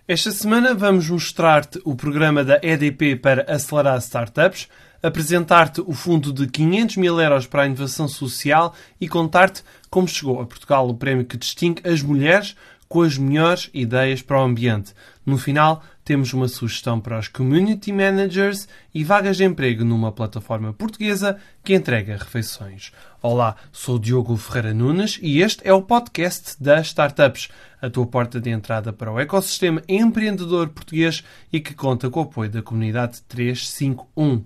Esta semana vamos mostrar-te o programa da EDP para acelerar startups, apresentar-te o fundo de 500 mil euros para a inovação social e contar-te como chegou a Portugal o prémio que distingue as mulheres com as melhores ideias para o ambiente. No final, temos uma sugestão para os Community Managers e vagas de emprego numa plataforma portuguesa que entrega refeições. Olá, sou o Diogo Ferreira Nunes e este é o podcast das Startups, a tua porta de entrada para o ecossistema empreendedor português e que conta com o apoio da comunidade 351.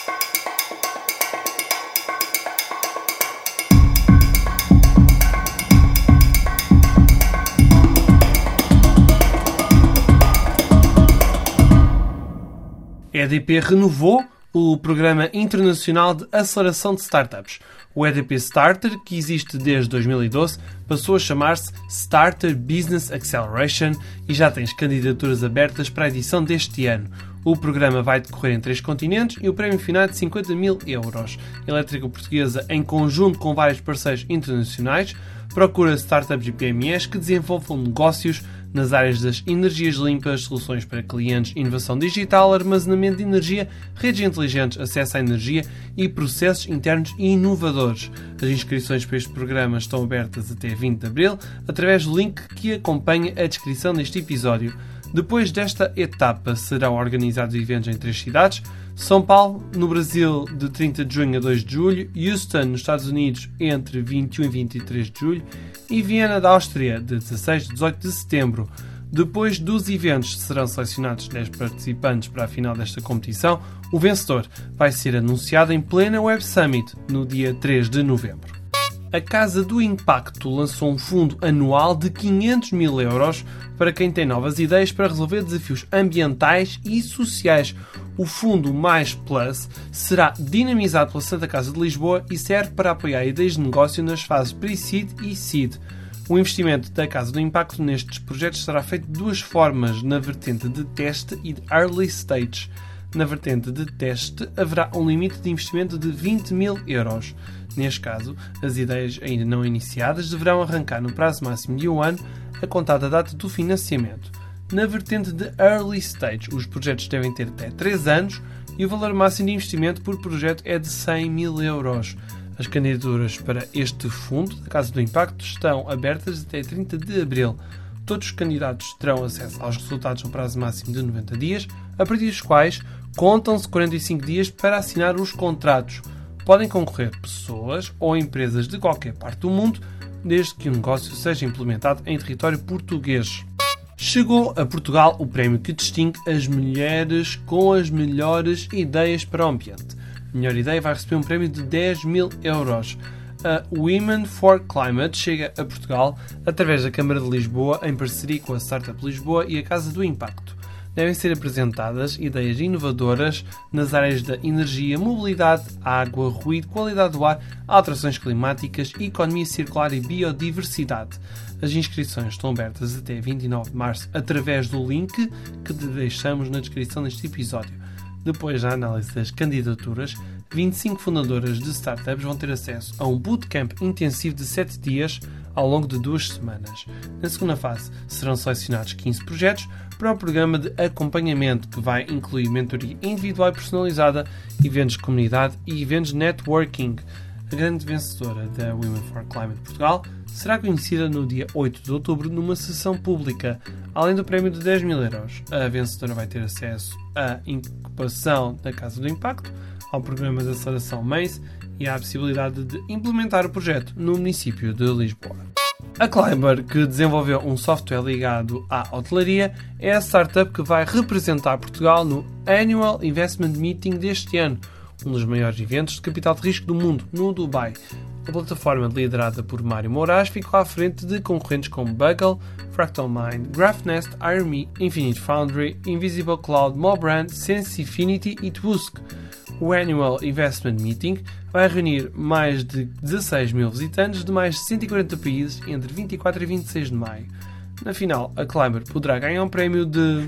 A EDP renovou o Programa Internacional de Aceleração de Startups. O EDP Starter, que existe desde 2012, passou a chamar-se Starter Business Acceleration e já tens candidaturas abertas para a edição deste ano. O programa vai decorrer em 3 continentes e o prémio final é de 50 mil euros. A Elétrica Portuguesa, em conjunto com vários parceiros internacionais, procura startups e PMEs que desenvolvam negócios nas áreas das energias limpas, soluções para clientes, inovação digital, armazenamento de energia, redes inteligentes, acesso à energia e processos internos inovadores. As inscrições para este programa estão abertas até 20 de abril, através do link que acompanha a descrição deste episódio. Depois desta etapa serão organizados eventos em 3 cidades: São Paulo, no Brasil, de 30 de junho a 2 de julho, Houston, nos Estados Unidos, entre 21 e 23 de julho, e Viena, da Áustria, de 16 a 18 de setembro. Depois dos eventos serão selecionados 10 participantes para a final desta competição. O vencedor vai ser anunciado em plena Web Summit, no dia 3 de novembro. A Casa do Impacto lançou um fundo anual de 500 mil euros para quem tem novas ideias para resolver desafios ambientais e sociais. O fundo Mais Plus será dinamizado pela Santa Casa de Lisboa e serve para apoiar ideias de negócio nas fases Pre-Seed e Seed. O investimento da Casa do Impacto nestes projetos será feito de 2 formas, na vertente de teste e de Early Stage. Na vertente de teste, haverá um limite de investimento de 20 mil euros. Neste caso, as ideias ainda não iniciadas deverão arrancar no prazo máximo de 1 ano, a contar da data do financiamento. Na vertente de Early Stage, os projetos devem ter até 3 anos e o valor máximo de investimento por projeto é de 100 mil euros. As candidaturas para este fundo da Casa do Impacto estão abertas até 30 de abril. Todos os candidatos terão acesso aos resultados no prazo máximo de 90 dias, a partir dos quais contam-se 45 dias para assinar os contratos. Podem concorrer pessoas ou empresas de qualquer parte do mundo, desde que o negócio seja implementado em território português. Chegou a Portugal o prémio que distingue as mulheres com as melhores ideias para o ambiente. A melhor ideia vai receber um prémio de 10 mil euros. A Women for Climate chega a Portugal através da Câmara de Lisboa, em parceria com a Startup Lisboa e a Casa do Impacto. Devem ser apresentadas ideias inovadoras nas áreas da energia, mobilidade, água, ruído, qualidade do ar, alterações climáticas, economia circular e biodiversidade. As inscrições estão abertas até 29 de março através do link que te deixamos na descrição deste episódio. Depois da análise das candidaturas, 25 fundadoras de startups vão ter acesso a um bootcamp intensivo de 7 dias ao longo de 2 semanas. Na segunda fase, serão selecionados 15 projetos para o programa de acompanhamento, que vai incluir mentoria individual e personalizada, eventos de comunidade e eventos de networking. A grande vencedora da Women for Climate Portugal será conhecida no dia 8 de outubro numa sessão pública. Além do prémio de 10 mil euros, a vencedora vai ter acesso à incubação da Casa do Impacto, ao programa de aceleração MACE e à possibilidade de implementar o projeto no município de Lisboa. A Climber, que desenvolveu um software ligado à hotelaria, é a startup que vai representar Portugal no Annual Investment Meeting deste ano, um dos maiores eventos de capital de risco do mundo, no Dubai. A plataforma, liderada por Mário Moraes, ficou à frente de concorrentes como Bugle, Fractal Mind, GraphNest, IronMe, Infinite Foundry, Invisible Cloud, Mobrand, Sensifinity e Twusk. O Annual Investment Meeting vai reunir mais de 16 mil visitantes de mais de 140 países entre 24 e 26 de maio. Na final, a Climber poderá ganhar um prémio de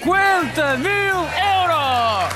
50 mil euros!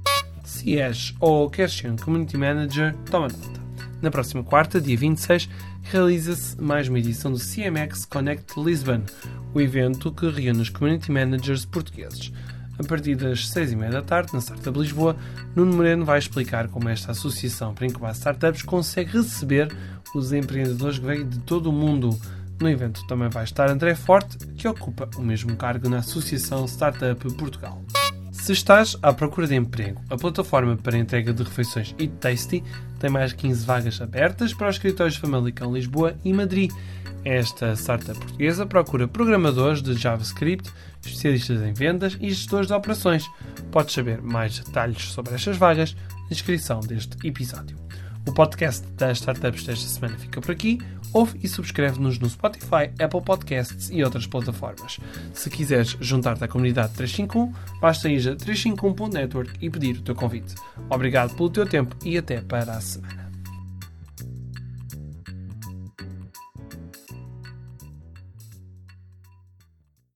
Se és ou queres ser um Community Manager, toma nota. Na próxima quarta, dia 26, realiza-se mais uma edição do CMX Connect Lisbon. o evento que reúne os Community Managers portugueses. A partir das 6h30 da tarde, na Startup Lisboa, Nuno Moreno vai explicar como esta associação para incubar startups consegue receber os empreendedores que vêm de todo o mundo. No evento também vai estar André Forte, que ocupa o mesmo cargo na Associação Startup Portugal. Se estás à procura de emprego, a plataforma para entrega de refeições Eat Tasty tem mais de 15 vagas abertas para os escritórios de Famalicão, Lisboa e Madrid. Esta startup portuguesa procura programadores de JavaScript, especialistas em vendas e gestores de operações. Podes saber mais detalhes sobre estas vagas na descrição deste episódio. O podcast das startups desta semana fica por aqui. Ouve e subscreve-nos no Spotify, Apple Podcasts e outras plataformas. Se quiseres juntar-te à comunidade 351, basta ir a 351.network e pedir o teu convite. Obrigado pelo teu tempo e até para a semana.